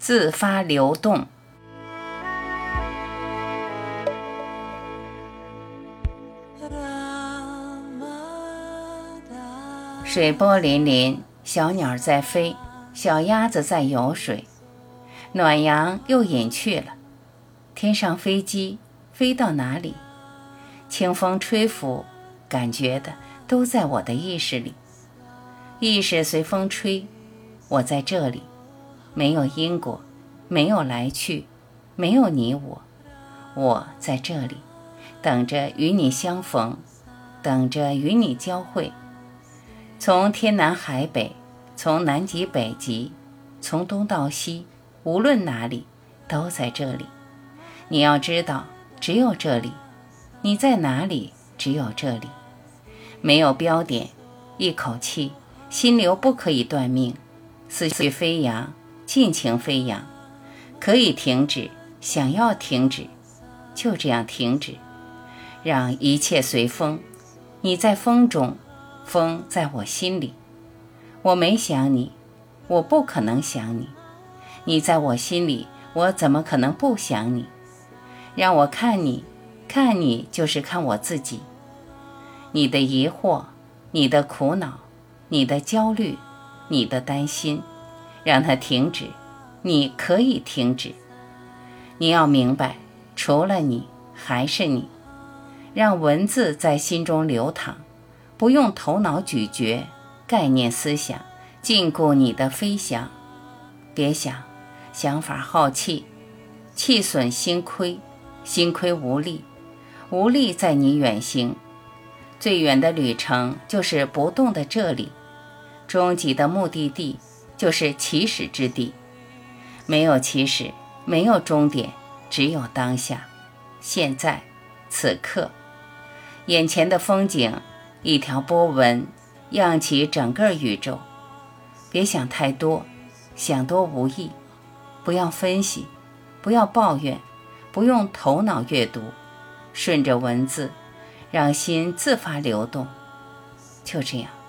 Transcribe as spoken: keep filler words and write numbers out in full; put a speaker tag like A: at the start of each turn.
A: 自发流动。水波粼粼，小鸟在飞，小鸭子在游水，暖阳又隐去了。天上飞机飞到哪里？清风吹拂，感觉的都在我的意识里。意识随风吹，我在这里，没有因果，没有来去，没有你我，我在这里，等着与你相逢，等着与你交汇。从天南海北，从南极北极，从东到西，无论哪里，都在这里。你要知道，只有这里。你在哪里？只有这里。没有标点，一口气，心流不可以断命，思绪飞扬，尽情飞扬，可以停止，想要停止，就这样停止，让一切随风。你在风中，风在我心里。我没想你，我不可能想你。你在我心里，我怎么可能不想你？让我看你，看你就是看我自己。你的疑惑，你的苦恼，你的焦虑，你的担心，让它停止，你可以停止。你要明白，除了你还是你。让文字在心中流淌，不用头脑咀嚼，概念思想禁锢你的飞翔。别想，想法耗气，气损心亏，心亏无力，无力在你远行。最远的旅程就是不动的这里，终极的目的地就是起始之地。没有起始，没有终点，只有当下，现在，此刻。眼前的风景，一条波纹，漾起整个宇宙。别想太多，想多无益。不要分析，不要抱怨，不用头脑阅读，顺着文字，让心自发流动。就这样。